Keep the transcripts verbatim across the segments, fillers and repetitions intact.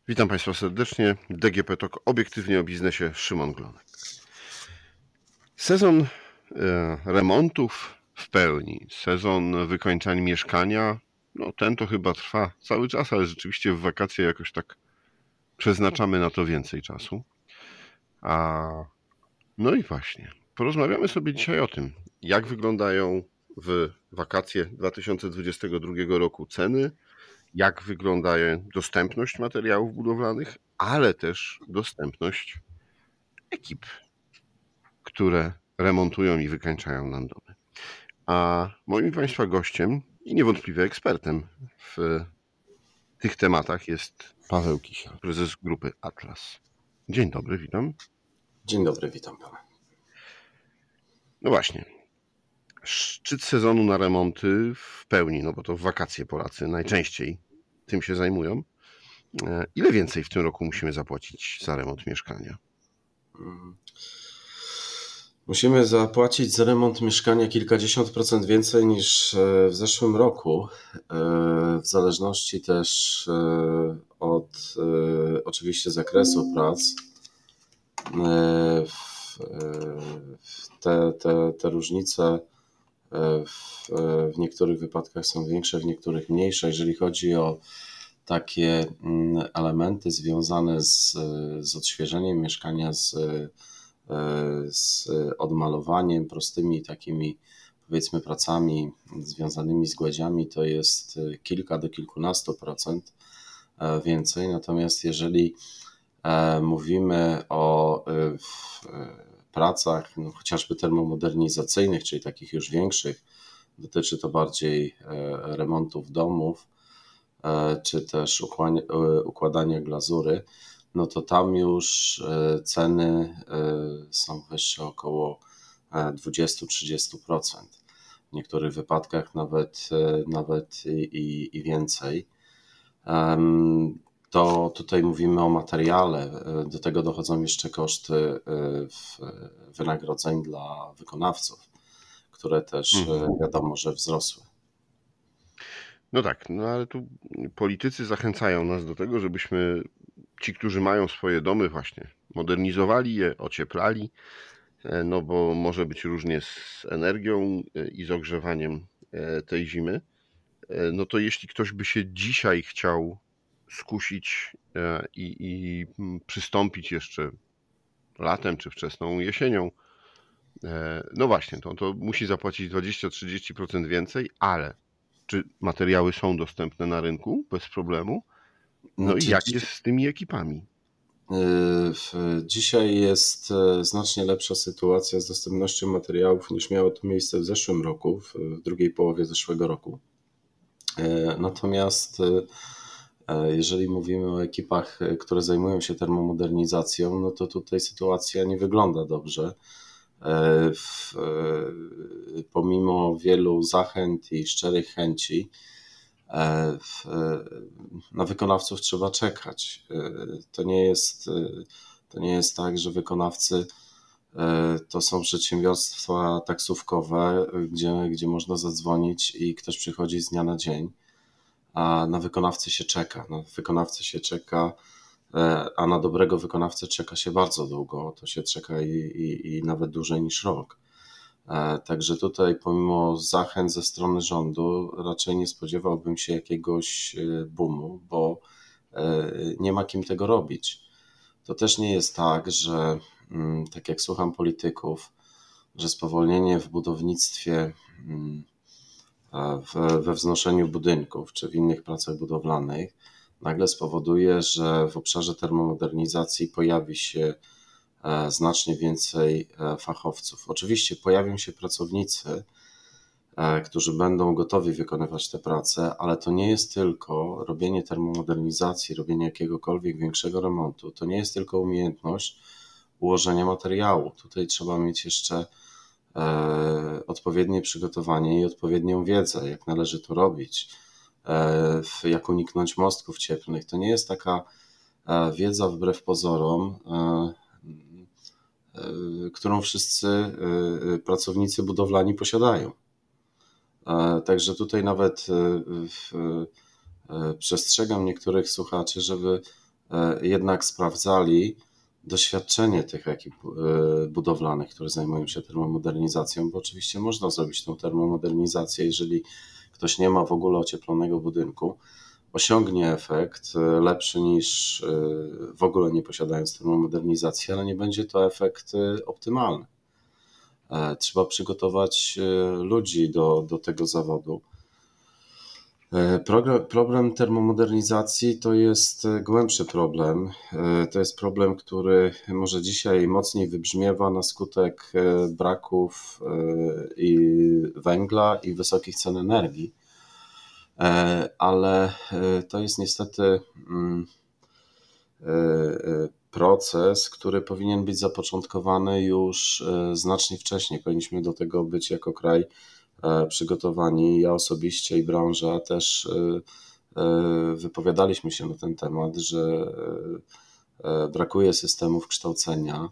Witam Państwa serdecznie. D G P Talk, obiektywnie o biznesie, Szymon Glonek. Sezon e, remontów w pełni, sezon wykończania mieszkania, no ten to chyba trwa cały czas, ale rzeczywiście w wakacje jakoś tak przeznaczamy na to więcej czasu. A no i właśnie, porozmawiamy sobie dzisiaj o tym, jak wyglądają w wakacje dwa tysiące dwudziestego drugiego roku ceny, jak wygląda dostępność materiałów budowlanych, ale też dostępność ekip, które remontują i wykańczają nam domy. A moim Państwa gościem i niewątpliwie ekspertem w tych tematach jest Paweł Kisiel, prezes grupy Atlas. Dzień dobry, witam. Dzień dobry, witam Pana. No właśnie, szczyt sezonu na remonty w pełni, no bo to w wakacje Polacy najczęściej tym się zajmują. Ile więcej w tym roku musimy zapłacić za remont mieszkania? Musimy zapłacić za remont mieszkania kilkadziesiąt procent więcej niż w zeszłym roku, w zależności też od oczywiście zakresu prac. Te, te, te różnice w, w niektórych wypadkach są większe, w niektórych mniejsze. Jeżeli chodzi o takie elementy związane z, z odświeżeniem mieszkania, z, z odmalowaniem, prostymi takimi powiedzmy pracami związanymi z gładziami, to jest kilka do kilkunastu procent więcej. Natomiast jeżeli mówimy o pracach no, chociażby termomodernizacyjnych, czyli takich już większych, dotyczy to bardziej remontów domów, czy też układania glazury, no to tam już ceny są wyższe około dwadzieścia do trzydziestu procent. W niektórych wypadkach nawet, nawet i, i więcej. To tutaj mówimy o materiale, do tego dochodzą jeszcze koszty wynagrodzeń dla wykonawców, które też mhm. wiadomo, że wzrosły. No tak, no ale tu politycy zachęcają nas do tego, żebyśmy ci, którzy mają swoje domy właśnie modernizowali je, ocieplali, no bo może być różnie z energią i z ogrzewaniem tej zimy. No to jeśli ktoś by się dzisiaj chciał skusić i, i przystąpić jeszcze latem czy wczesną jesienią, no właśnie, to, to musi zapłacić dwadzieścia do trzydziestu procent więcej, ale czy materiały są dostępne na rynku bez problemu? No, no i jak jest z tymi ekipami? Dzisiaj jest znacznie lepsza sytuacja z dostępnością materiałów niż miało to miejsce w zeszłym roku, w drugiej połowie zeszłego roku. Natomiast jeżeli mówimy o ekipach, które zajmują się termomodernizacją, no to tutaj sytuacja nie wygląda dobrze. W, pomimo wielu zachęt i szczerych chęci w, na wykonawców trzeba czekać. To nie jest, to nie jest tak, że wykonawcy to są przedsiębiorstwa taksówkowe, gdzie, gdzie można zadzwonić i ktoś przychodzi z dnia na dzień, a na wykonawcę się czeka. Na wykonawcę się czeka, a na dobrego wykonawcę czeka się bardzo długo. To się czeka i, i, i nawet dłużej niż rok. Także tutaj pomimo zachęt ze strony rządu raczej nie spodziewałbym się jakiegoś boomu, bo nie ma kim tego robić. To też nie jest tak, że tak jak słucham polityków, że spowolnienie w budownictwie, w, we wznoszeniu budynków czy w innych pracach budowlanych nagle spowoduje, że w obszarze termomodernizacji pojawi się znacznie więcej fachowców. Oczywiście pojawią się pracownicy, którzy będą gotowi wykonywać te prace, ale to nie jest tylko robienie termomodernizacji, robienie jakiegokolwiek większego remontu. To nie jest tylko umiejętność ułożenia materiału. Tutaj trzeba mieć jeszcze odpowiednie przygotowanie i odpowiednią wiedzę, jak należy to robić, jak uniknąć mostków cieplnych. To nie jest taka wiedza wbrew pozorom, którą wszyscy pracownicy budowlani posiadają. Także tutaj nawet przestrzegam niektórych słuchaczy, żeby jednak sprawdzali doświadczenie tych ekip budowlanych, które zajmują się termomodernizacją, bo oczywiście można zrobić tą termomodernizację, jeżeli ktoś nie ma w ogóle ocieplonego budynku, osiągnie efekt lepszy niż w ogóle nie posiadając termomodernizacji, ale nie będzie to efekt optymalny. Trzeba przygotować ludzi do, do tego zawodu. Problem termomodernizacji to jest głębszy problem. To jest problem, który może dzisiaj mocniej wybrzmiewa na skutek braków i węgla i wysokich cen energii, ale to jest niestety proces, który powinien być zapoczątkowany już znacznie wcześniej. Powinniśmy do tego być jako kraj przygotowani. Ja osobiście i branża też wypowiadaliśmy się na ten temat, że brakuje systemów kształcenia,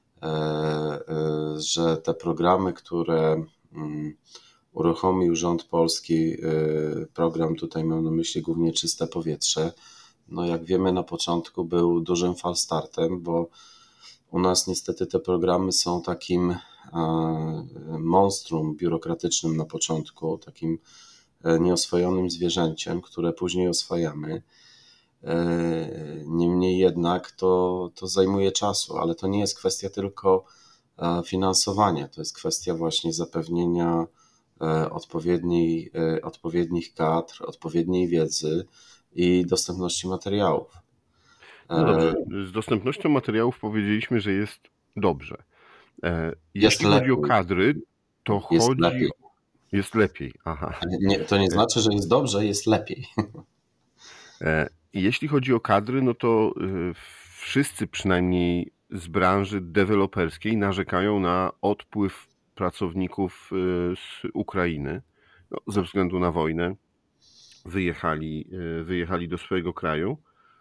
że te programy, które uruchomił rząd polski, program tutaj mam na myśli głównie Czyste Powietrze, no jak wiemy na początku był dużym falstartem, bo u nas niestety te programy są takim monstrum biurokratycznym na początku, takim nieoswojonym zwierzęciem, które później oswajamy. Niemniej jednak to, to zajmuje czasu, ale to nie jest kwestia tylko finansowania, to jest kwestia właśnie zapewnienia odpowiedniej, odpowiednich kadr, odpowiedniej wiedzy i dostępności materiałów. No dobrze, z dostępnością materiałów powiedzieliśmy, że jest dobrze. Jeśli jest chodzi lepiej. o kadry, to jest chodzi... Lepiej. Jest lepiej. Aha. Nie, to nie znaczy, że jest dobrze, jest lepiej. Jeśli chodzi o kadry, no to wszyscy przynajmniej z branży deweloperskiej narzekają na odpływ pracowników z Ukrainy. No, ze względu na wojnę wyjechali, wyjechali do swojego kraju.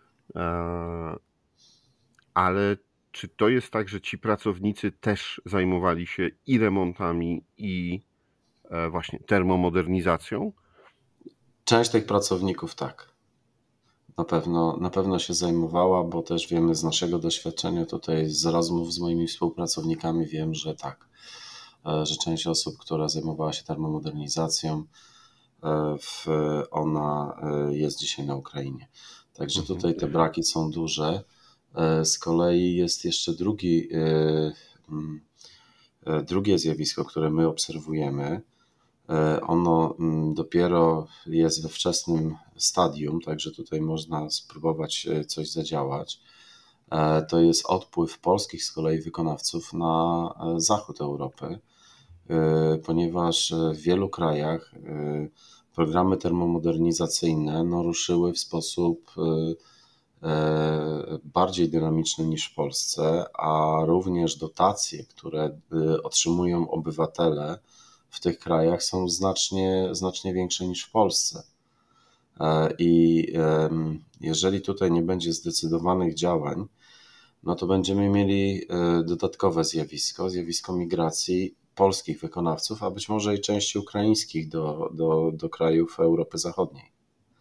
Ale czy to jest tak, że ci pracownicy też zajmowali się i remontami, i właśnie termomodernizacją? Część tych pracowników tak. Na pewno, na pewno się zajmowała, bo też wiemy z naszego doświadczenia tutaj, z rozmów z moimi współpracownikami, wiem, że tak, że część osób, która zajmowała się termomodernizacją, ona jest dzisiaj na Ukrainie. Także tutaj te braki są duże. Z kolei jest jeszcze drugi, drugie zjawisko, które my obserwujemy. Ono dopiero jest we wczesnym stadium, także tutaj można spróbować coś zadziałać. To jest odpływ polskich z kolei wykonawców na zachód Europy, ponieważ w wielu krajach programy termomodernizacyjne no, ruszyły w sposób bardziej dynamiczny niż w Polsce, a również dotacje, które otrzymują obywatele w tych krajach są znacznie, znacznie większe niż w Polsce. I jeżeli tutaj nie będzie zdecydowanych działań, no to będziemy mieli dodatkowe zjawisko, zjawisko migracji polskich wykonawców, a być może i części ukraińskich do, do, do krajów Europy Zachodniej.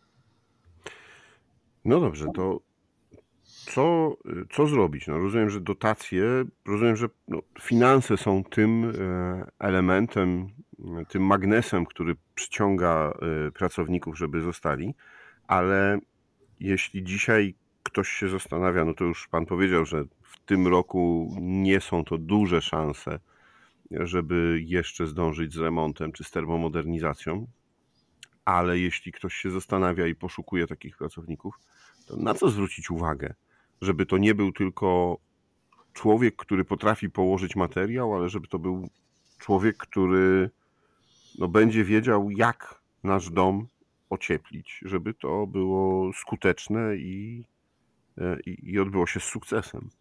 No dobrze, to co, co zrobić? No rozumiem, że dotacje, rozumiem, że no, finanse są tym elementem, tym magnesem, który przyciąga pracowników, żeby zostali, ale jeśli dzisiaj ktoś się zastanawia, no to już Pan powiedział, że w tym roku nie są to duże szanse, żeby jeszcze zdążyć z remontem czy z termomodernizacją, ale jeśli ktoś się zastanawia i poszukuje takich pracowników, to na co zwrócić uwagę? Żeby to nie był tylko człowiek, który potrafi położyć materiał, ale żeby to był człowiek, który no, będzie wiedział, jak nasz dom ocieplić, żeby to było skuteczne i, i, i odbyło się z sukcesem.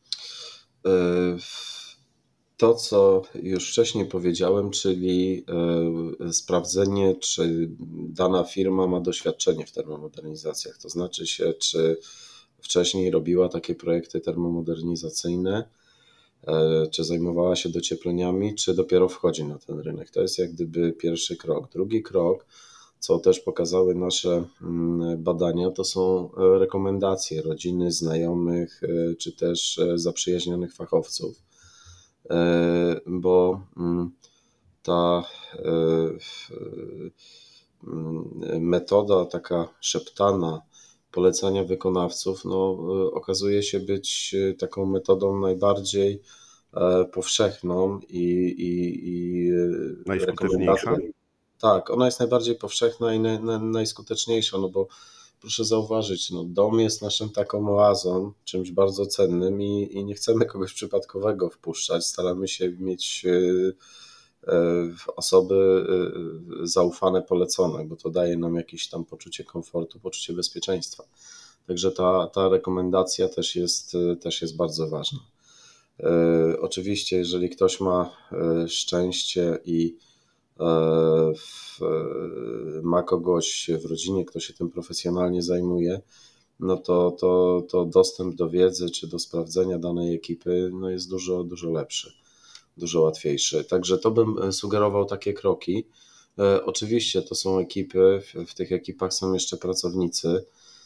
To, co już wcześniej powiedziałem, czyli sprawdzenie, czy dana firma ma doświadczenie w termomodernizacjach, to znaczy się, czy wcześniej robiła takie projekty termomodernizacyjne, czy zajmowała się dociepleniami, czy dopiero wchodzi na ten rynek. To jest jak gdyby pierwszy krok. Drugi krok co też pokazały nasze badania, to są rekomendacje rodziny, znajomych czy też zaprzyjaźnionych fachowców, bo ta metoda taka szeptana polecania wykonawców no, okazuje się być taką metodą najbardziej powszechną i, i, i Najskuteczniejsza? Tak, ona jest najbardziej powszechna i naj, naj, najskuteczniejsza, no bo proszę zauważyć, no dom jest naszą taką oazą, czymś bardzo cennym i, i nie chcemy kogoś przypadkowego wpuszczać, staramy się mieć osoby zaufane, polecone, bo to daje nam jakieś tam poczucie komfortu, poczucie bezpieczeństwa. Także ta, ta rekomendacja też jest, też jest bardzo ważna. Oczywiście, jeżeli ktoś ma szczęście i w, ma kogoś w rodzinie, kto się tym profesjonalnie zajmuje, no to, to, to dostęp do wiedzy czy do sprawdzenia danej ekipy no jest dużo, dużo lepszy, dużo łatwiejszy. Także to bym sugerował takie kroki. Oczywiście to są ekipy, w tych ekipach są jeszcze pracownicy.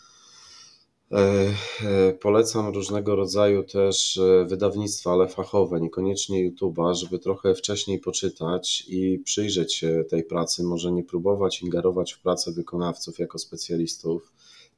Polecam różnego rodzaju też wydawnictwa, ale fachowe, niekoniecznie YouTube'a, żeby trochę wcześniej poczytać i przyjrzeć się tej pracy, może nie próbować ingerować w pracę wykonawców jako specjalistów,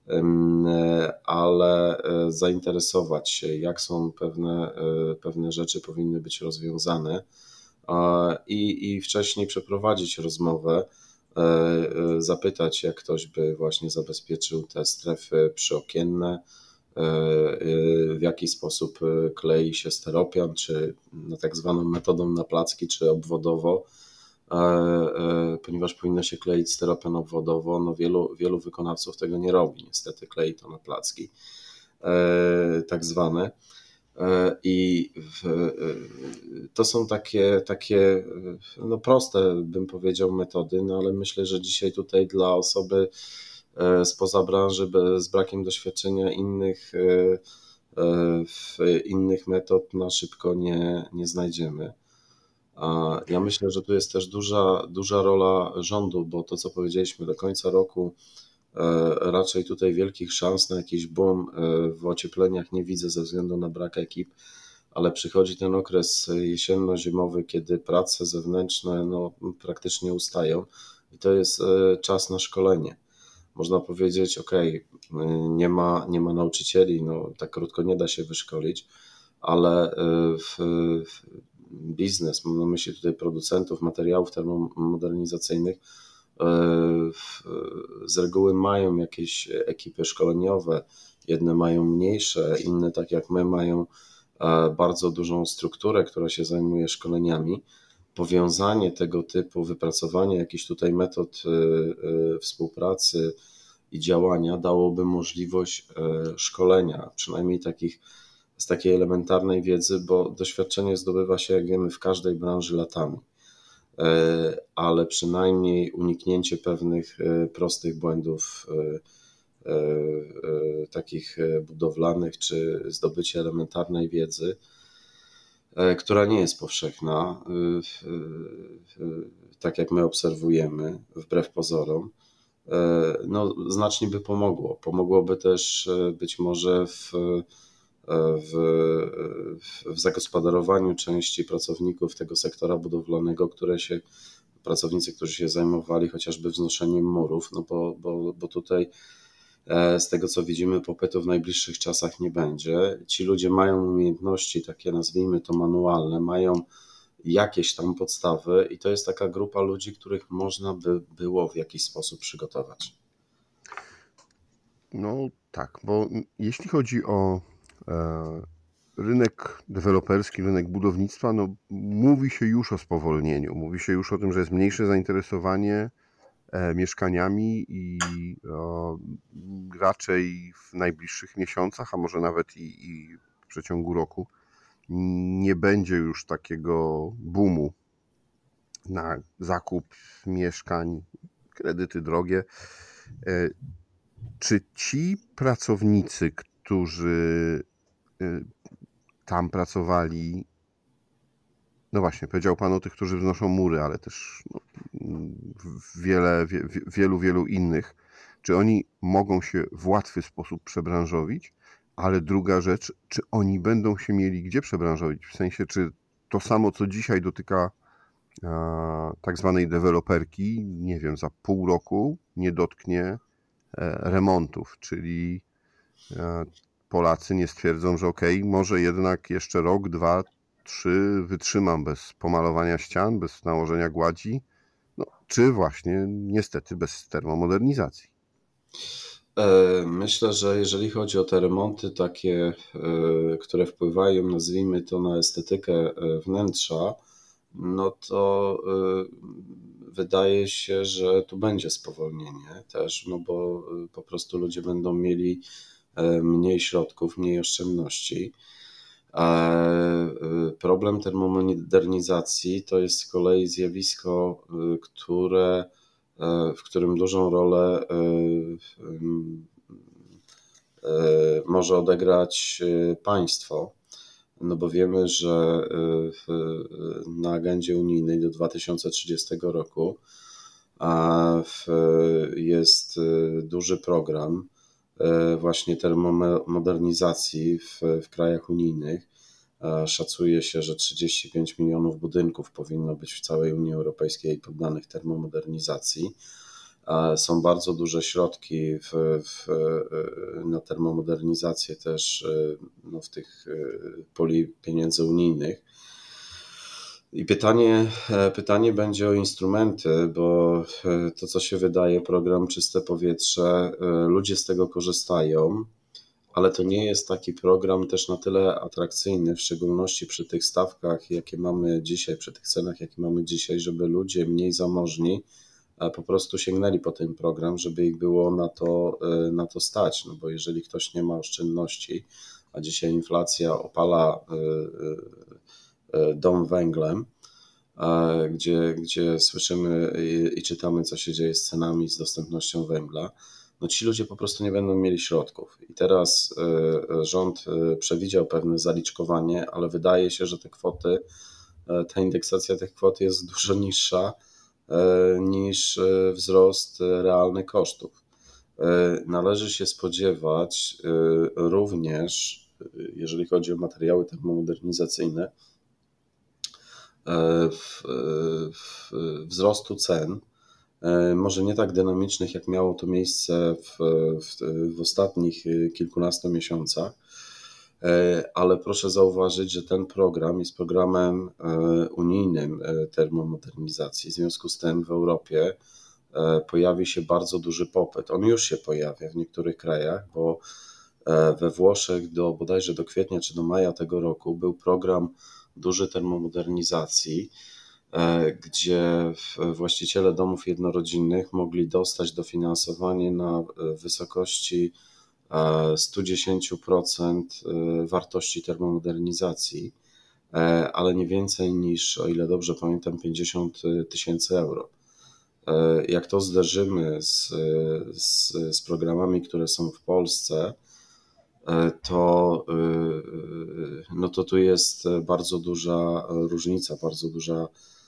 ale zainteresować się, jak są pewne, pewne rzeczy powinny być rozwiązane i, i wcześniej przeprowadzić rozmowę, zapytać, jak ktoś by właśnie zabezpieczył te strefy przyokienne, w jaki sposób klei się steropian, czy no, tak zwaną metodą na placki, czy obwodowo, ponieważ powinno się kleić steropian obwodowo, no wielu, wielu wykonawców tego nie robi, niestety klei to na placki tak zwane. I w, to są takie, takie no proste, bym powiedział, metody, no ale myślę, że dzisiaj tutaj dla osoby spoza branży z brakiem doświadczenia innych, innych metod na szybko nie, nie znajdziemy. Ja myślę, że tu jest też duża, duża rola rządu, bo to, co powiedzieliśmy, do końca roku raczej tutaj wielkich szans na jakiś boom w ociepleniach nie widzę ze względu na brak ekip, ale przychodzi ten okres jesienno-zimowy, kiedy prace zewnętrzne no, praktycznie ustają i to jest czas na szkolenie. Można powiedzieć, ok, nie ma, nie ma nauczycieli, no tak krótko nie da się wyszkolić, ale w, w biznes, mam na myśli tutaj producentów materiałów termomodernizacyjnych, z reguły mają jakieś ekipy szkoleniowe, jedne mają mniejsze, inne tak jak my mają bardzo dużą strukturę, która się zajmuje szkoleniami. Powiązanie tego typu, wypracowanie jakichś tutaj metod współpracy i działania dałoby możliwość szkolenia, przynajmniej takich, z takiej elementarnej wiedzy, bo doświadczenie zdobywa się, jak wiemy, w każdej branży latami, ale przynajmniej uniknięcie pewnych prostych błędów takich budowlanych, czy zdobycie elementarnej wiedzy, która nie jest powszechna, tak jak my obserwujemy, wbrew pozorom, no, znacznie by pomogło. Pomogłoby też być może w, w, w zagospodarowaniu części pracowników tego sektora budowlanego, które się, pracownicy, którzy się zajmowali chociażby wznoszeniem murów, no bo, bo, bo tutaj z tego co widzimy popytu w najbliższych czasach nie będzie. Ci ludzie mają umiejętności takie, nazwijmy to manualne, mają jakieś tam podstawy i to jest taka grupa ludzi, których można by było w jakiś sposób przygotować. No tak, bo jeśli chodzi o e, rynek deweloperski, rynek budownictwa, no mówi się już o spowolnieniu, mówi się już o tym, że jest mniejsze zainteresowanie e, mieszkaniami i e, raczej w najbliższych miesiącach, a może nawet i, i w przeciągu roku nie będzie już takiego boomu na zakup mieszkań, kredyty drogie. E, Czy ci pracownicy, którzy tam pracowali, no właśnie, powiedział Pan o tych, którzy wznoszą mury, ale też no, wiele, wie, wielu, wielu innych. Czy oni mogą się w łatwy sposób przebranżowić? Ale druga rzecz, czy oni będą się mieli gdzie przebranżowić? W sensie, czy to samo, co dzisiaj dotyka a, tak zwanej deweloperki, nie wiem, za pół roku nie dotknie e, remontów, czyli e, Polacy nie stwierdzą, że okej, okay, może jednak jeszcze rok, dwa, trzy wytrzymam bez pomalowania ścian, bez nałożenia gładzi, no, czy właśnie niestety bez termomodernizacji. Myślę, że jeżeli chodzi o te remonty takie, które wpływają, nazwijmy to, na estetykę wnętrza, no to wydaje się, że tu będzie spowolnienie też, no bo po prostu ludzie będą mieli mniej środków, mniej oszczędności. Problem termomodernizacji to jest z kolei zjawisko, które, w którym dużą rolę może odegrać państwo, no bo wiemy, że na agendzie unijnej do dwa tysiące trzydziestego roku jest duży program właśnie termomodernizacji w, w krajach unijnych. Szacuje się, że trzydzieści pięć milionów budynków powinno być w całej Unii Europejskiej poddanych termomodernizacji. Są bardzo duże środki w, w, na termomodernizację też no, w tych puli pieniędzy unijnych. I pytanie, pytanie będzie o instrumenty, bo to, co się wydaje, program Czyste Powietrze, ludzie z tego korzystają, ale to nie jest taki program też na tyle atrakcyjny, w szczególności przy tych stawkach, jakie mamy dzisiaj, przy tych cenach, jakie mamy dzisiaj, żeby ludzie mniej zamożni po prostu sięgnęli po ten program, żeby ich było na to, na to stać. No bo jeżeli ktoś nie ma oszczędności, a dzisiaj inflacja opala dom węglem, gdzie, gdzie słyszymy i, i czytamy, co się dzieje z cenami, z dostępnością węgla, no ci ludzie po prostu nie będą mieli środków. I teraz rząd przewidział pewne zaliczkowanie, ale wydaje się, że te kwoty, ta indeksacja tych kwot jest dużo niższa niż wzrost realny kosztów. Należy się spodziewać również, jeżeli chodzi o materiały termomodernizacyjne, wzrostu cen, może nie tak dynamicznych, jak miało to miejsce w, w, w ostatnich kilkunastu miesiącach, ale proszę zauważyć, że ten program jest programem unijnym termomodernizacji. W związku z tym w Europie pojawi się bardzo duży popyt. On już się pojawia w niektórych krajach, bo we Włoszech do bodajże do kwietnia czy do maja tego roku był program duży termomodernizacji, gdzie właściciele domów jednorodzinnych mogli dostać dofinansowanie na wysokości sto dziesięć procent wartości termomodernizacji, ale nie więcej niż, o ile dobrze pamiętam, pięćdziesiąt tysięcy euro. Jak to zderzymy z, z, z programami, które są w Polsce, to, no to tu jest bardzo duża różnica, bardzo duża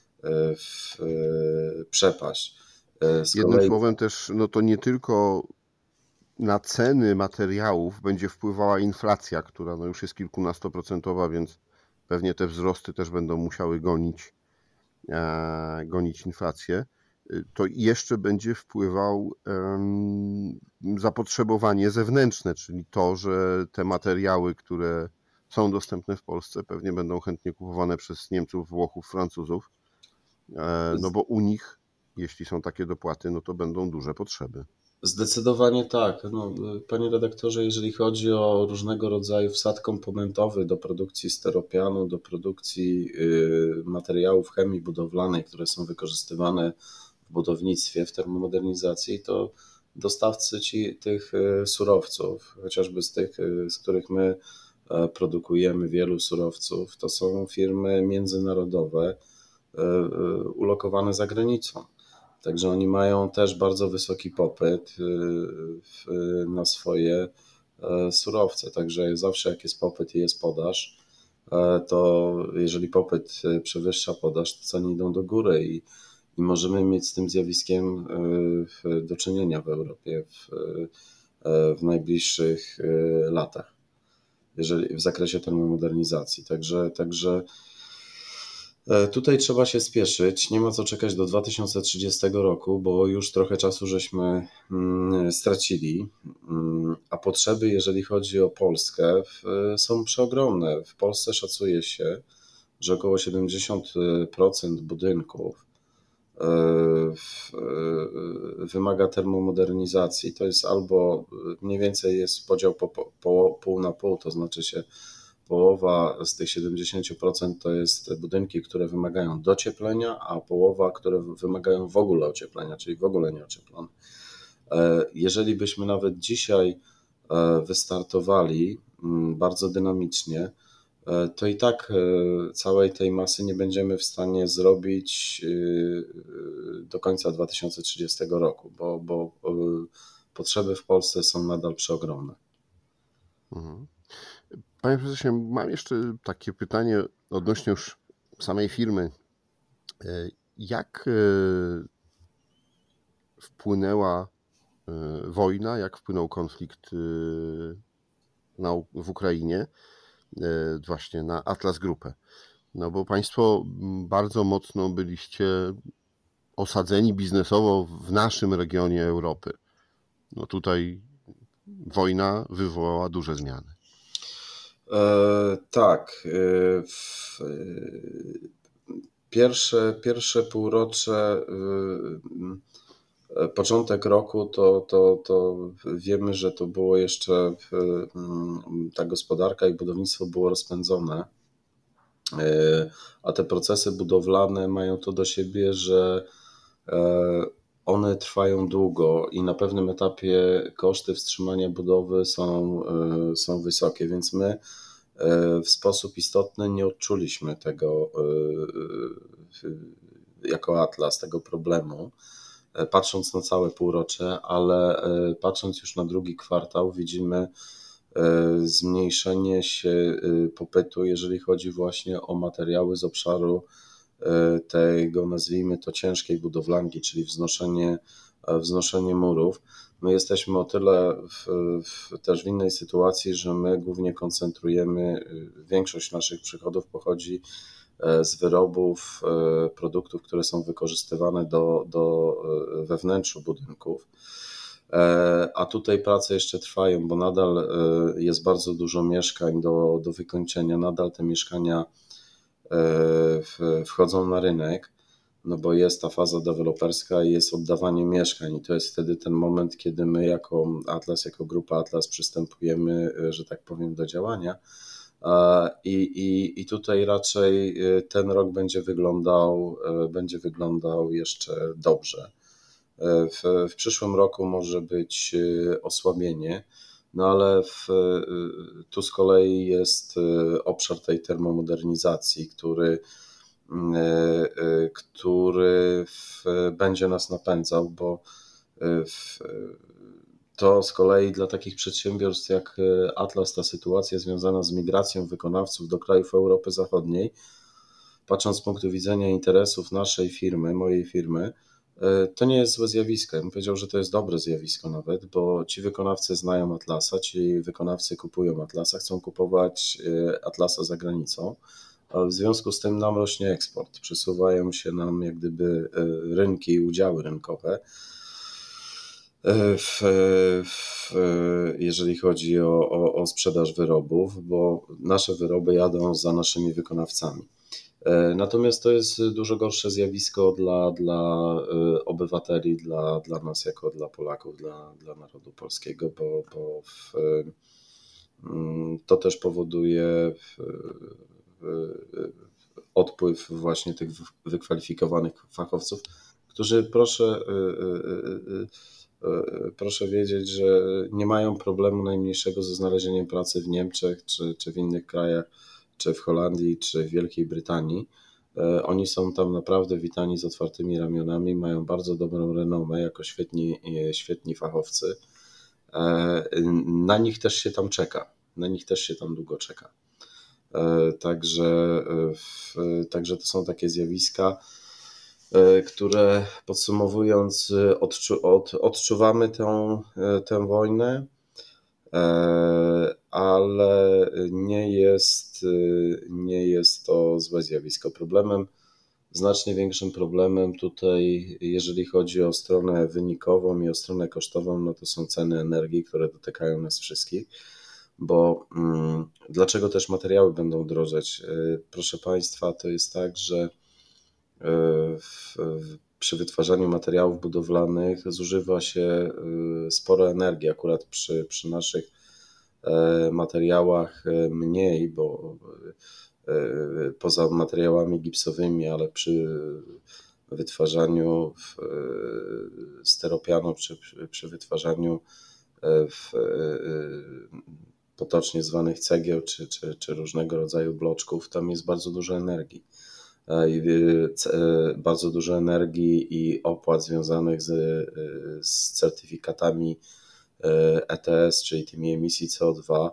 przepaść. Z Jednym kolei... słowem też, no to nie tylko na ceny materiałów będzie wpływała inflacja, która no już jest kilkunastoprocentowa, więc pewnie te wzrosty też będą musiały gonić, e, gonić inflację. To jeszcze będzie wpływał um, zapotrzebowanie zewnętrzne, czyli to, że te materiały, które są dostępne w Polsce, pewnie będą chętnie kupowane przez Niemców, Włochów, Francuzów, e, no bo u nich, jeśli są takie dopłaty, no to będą duże potrzeby. Zdecydowanie tak. No, panie redaktorze, jeżeli chodzi o różnego rodzaju wsad komponentowy do produkcji steropianu, do produkcji y, materiałów chemii budowlanej, które są wykorzystywane w budownictwie, w termomodernizacji, to dostawcy ci tych surowców, chociażby z tych, z których my produkujemy wielu surowców, to są firmy międzynarodowe ulokowane za granicą. Także oni mają też bardzo wysoki popyt na swoje surowce. Także zawsze jak jest popyt i jest podaż, to jeżeli popyt przewyższa podaż, to ceny idą do góry i i możemy mieć z tym zjawiskiem do czynienia w Europie w, w najbliższych latach, jeżeli w zakresie termomodernizacji. Także, także tutaj trzeba się spieszyć, nie ma co czekać do dwa tysiące trzydziestego roku, bo już trochę czasu żeśmy stracili, a potrzeby, jeżeli chodzi o Polskę, są przeogromne. W Polsce szacuje się, że około siedemdziesiąt procent budynków wymaga termomodernizacji. To jest albo mniej więcej jest podział po, po, pół na pół, to znaczy się połowa z tych siedemdziesiąt procent to jest budynki, które wymagają docieplenia, a połowa, które wymagają w ogóle ocieplenia, czyli w ogóle nieocieplone. Jeżeli byśmy nawet dzisiaj wystartowali bardzo dynamicznie, to i tak całej tej masy nie będziemy w stanie zrobić do końca dwa tysiące trzydziestego roku, bo, bo potrzeby w Polsce są nadal przeogromne. Mhm. Panie prezesie, mam jeszcze takie pytanie odnośnie już samej firmy. Jak wpłynęła wojna, jak wpłynął konflikt w Ukrainie właśnie na Atlas Grupę? No bo Państwo bardzo mocno byliście osadzeni biznesowo w naszym regionie Europy. No tutaj wojna wywołała duże zmiany. E, tak. E, w, e, pierwsze, pierwsze półrocze, e, początek roku, to, to, to wiemy, że to było jeszcze, e, ta gospodarka i budownictwo było rozpędzone, e, a te procesy budowlane mają to do siebie, że e, one trwają długo i na pewnym etapie koszty wstrzymania budowy są, są wysokie, więc my w sposób istotny nie odczuliśmy tego jako Atlas, tego problemu, patrząc na całe półrocze, ale patrząc już na drugi kwartał widzimy zmniejszenie się popytu, jeżeli chodzi właśnie o materiały z obszaru tego, nazwijmy to, ciężkiej budowlanki, czyli wznoszenie, wznoszenie murów. My jesteśmy o tyle w, w, też w innej sytuacji, że my głównie koncentrujemy, większość naszych przychodów pochodzi z wyrobów, produktów, które są wykorzystywane do, do we wnętrzu budynków. A tutaj prace jeszcze trwają, bo nadal jest bardzo dużo mieszkań do, do wykończenia, nadal te mieszkania wchodzą na rynek, no bo jest ta faza deweloperska i jest oddawanie mieszkań i to jest wtedy ten moment, kiedy my jako Atlas, jako grupa Atlas przystępujemy, że tak powiem, do działania i, i, i tutaj raczej ten rok będzie wyglądał, będzie wyglądał jeszcze dobrze. W, w przyszłym roku może być osłabienie, no ale w, tu z kolei jest obszar tej termomodernizacji, który, który w, będzie nas napędzał, bo w, to z kolei dla takich przedsiębiorstw jak Atlas, ta sytuacja związana z migracją wykonawców do krajów Europy Zachodniej, patrząc z punktu widzenia interesów naszej firmy, mojej firmy, to nie jest złe zjawisko. Ja bym powiedział, że to jest dobre zjawisko nawet, bo ci wykonawcy znają Atlasa, ci wykonawcy kupują Atlasa, chcą kupować Atlasa za granicą, a w związku z tym nam rośnie eksport. Przesuwają się nam jak gdyby rynki i udziały rynkowe, w, w, jeżeli chodzi o, o, o sprzedaż wyrobów, bo nasze wyroby jadą za naszymi wykonawcami. Natomiast to jest dużo gorsze zjawisko dla, dla obywateli, dla, dla nas jako dla Polaków, dla, dla narodu polskiego, bo, bo w, to też powoduje w, w, odpływ właśnie tych wykwalifikowanych fachowców, którzy proszę, proszę wiedzieć, że nie mają problemu najmniejszego ze znalezieniem pracy w Niemczech czy, czy w innych krajach, czy w Holandii, czy w Wielkiej Brytanii. Oni są tam naprawdę witani z otwartymi ramionami, mają bardzo dobrą renomę jako świetni, świetni fachowcy. Na nich też się tam czeka, na nich też się tam długo czeka. Także, także to są takie zjawiska. które podsumowując odczu, od, odczuwamy tę, tę wojnę, ale nie jest, nie jest to złe zjawisko. Problemem, znacznie większym problemem tutaj, jeżeli chodzi o stronę wynikową i o stronę kosztową, no to są ceny energii, które dotykają nas wszystkich, bo hmm, dlaczego też materiały będą drożeć? Proszę Państwa, to jest tak, że w, w, przy wytwarzaniu materiałów budowlanych zużywa się sporo energii, akurat przy, przy naszych materiałach mniej, bo poza materiałami gipsowymi, ale przy wytwarzaniu steropianu, przy, przy wytwarzaniu w, potocznie zwanych cegieł, czy, czy, czy różnego rodzaju bloczków, tam jest bardzo dużo energii. Bardzo dużo energii i opłat związanych z, z certyfikatami E T S, czyli tymi emisji C O dwa,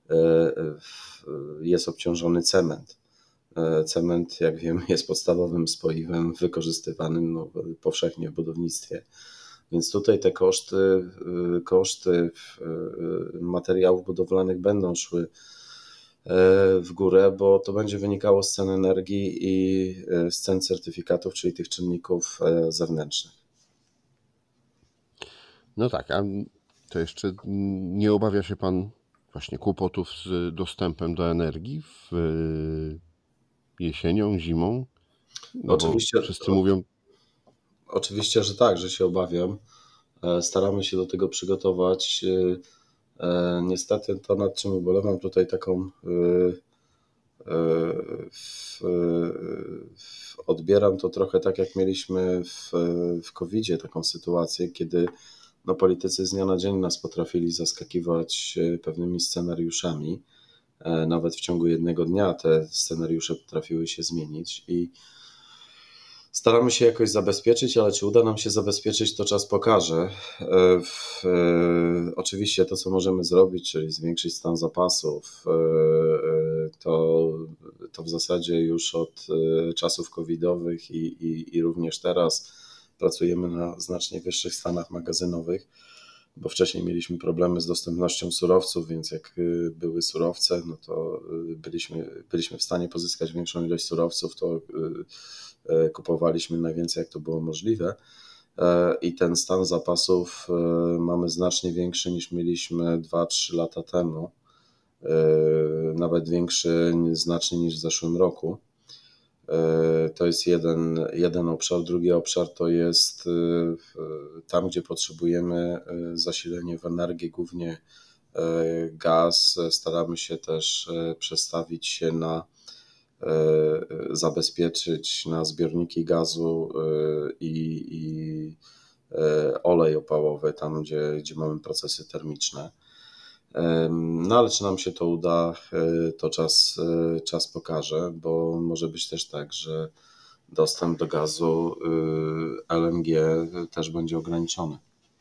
jest obciążony cement. Cement, jak wiemy, jest podstawowym spoiwem wykorzystywanym no, powszechnie w budownictwie. Więc tutaj te koszty, koszty materiałów budowlanych będą szły w górę, bo to będzie wynikało z cen energii i z cen certyfikatów, czyli tych czynników zewnętrznych. No tak, a to jeszcze nie obawia się Pan właśnie kłopotów z dostępem do energii w jesienią, zimą? No oczywiście, wszyscy mówią... Oczywiście, że tak, że się obawiam. Staramy się do tego przygotować. Niestety to, nad czym ubolewam, tutaj taką w, w, odbieram to trochę tak, jak mieliśmy w, w kowidzie taką sytuację, kiedy no, politycy z dnia na dzień nas potrafili zaskakiwać pewnymi scenariuszami. Nawet w ciągu jednego dnia te scenariusze potrafiły się zmienić i staramy się jakoś zabezpieczyć, ale czy uda nam się zabezpieczyć, to czas pokaże. W, oczywiście to, co możemy zrobić, czyli zwiększyć stan zapasów, to, to w zasadzie już od czasów covidowych i, i, i również teraz pracujemy na znacznie wyższych stanach magazynowych, bo wcześniej mieliśmy problemy z dostępnością surowców, więc jak były surowce, no to byliśmy, byliśmy w stanie pozyskać większą ilość surowców, to kupowaliśmy najwięcej, jak to było możliwe. I ten stan zapasów mamy znacznie większy niż mieliśmy dwa trzy lata temu. Nawet większy znacznie niż w zeszłym roku. To jest jeden, jeden obszar. Drugi obszar to jest tam, gdzie potrzebujemy zasilenie w energię, głównie gaz. Staramy się też przestawić się na zabezpieczyć na zbiorniki gazu i, i olej opałowy, tam gdzie, gdzie mamy procesy termiczne. No ale czy nam się to uda, to czas, czas pokaże, bo może być też tak, że dostęp do gazu L N G też będzie ograniczony.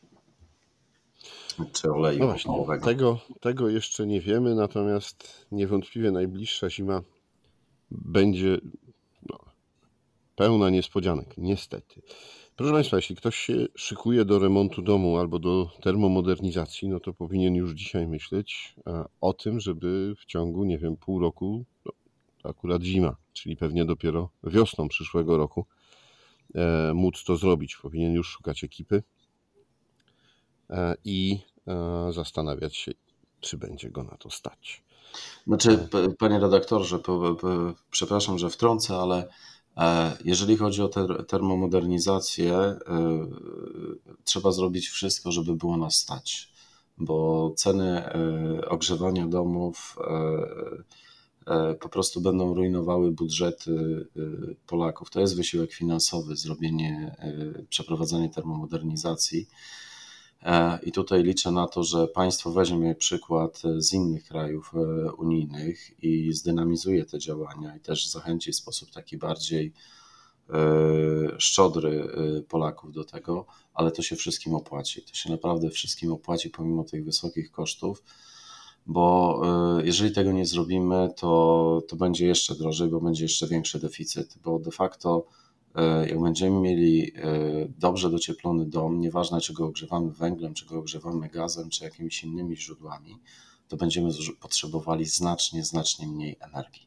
Czy oleju no właśnie, opałowego. Tego, tego jeszcze nie wiemy, natomiast niewątpliwie najbliższa zima będzie no, pełna niespodzianek, niestety. Proszę Państwa, jeśli ktoś się szykuje do remontu domu albo do termomodernizacji, no to powinien już dzisiaj myśleć o tym, żeby w ciągu, nie wiem, pół roku, no, to akurat zima, czyli pewnie dopiero wiosną przyszłego roku, e, móc to zrobić. Powinien już szukać ekipy e, i e, zastanawiać się, czy będzie go na to stać. Znaczy, panie redaktorze, po, po, przepraszam, że wtrącę, ale jeżeli chodzi o ter, termomodernizację, trzeba zrobić wszystko, żeby było nas stać, bo ceny ogrzewania domów po prostu będą rujnowały budżety Polaków. To jest wysiłek finansowy, zrobienie, przeprowadzenie termomodernizacji. I tutaj liczę na to, że państwo weźmie przykład z innych krajów unijnych i zdynamizuje te działania i też zachęci w sposób taki bardziej szczodry Polaków do tego, ale to się wszystkim opłaci. To się naprawdę wszystkim opłaci pomimo tych wysokich kosztów, bo jeżeli tego nie zrobimy, to, to będzie jeszcze drożej, bo będzie jeszcze większy deficyt, bo de facto Jak będziemy mieli dobrze docieplony dom, nieważne czy go ogrzewamy węglem, czy go ogrzewamy gazem, czy jakimiś innymi źródłami, to będziemy potrzebowali znacznie, znacznie mniej energii.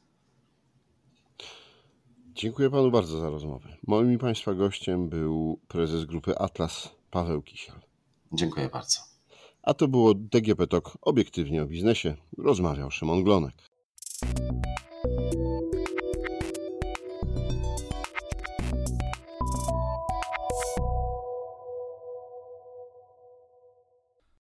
Dziękuję panu bardzo za rozmowę. Moim i państwa gościem był prezes grupy Atlas Paweł Kisiel. Dziękuję bardzo. A to było D G P Talk, obiektywnie o biznesie. Rozmawiał Szymon Glonek.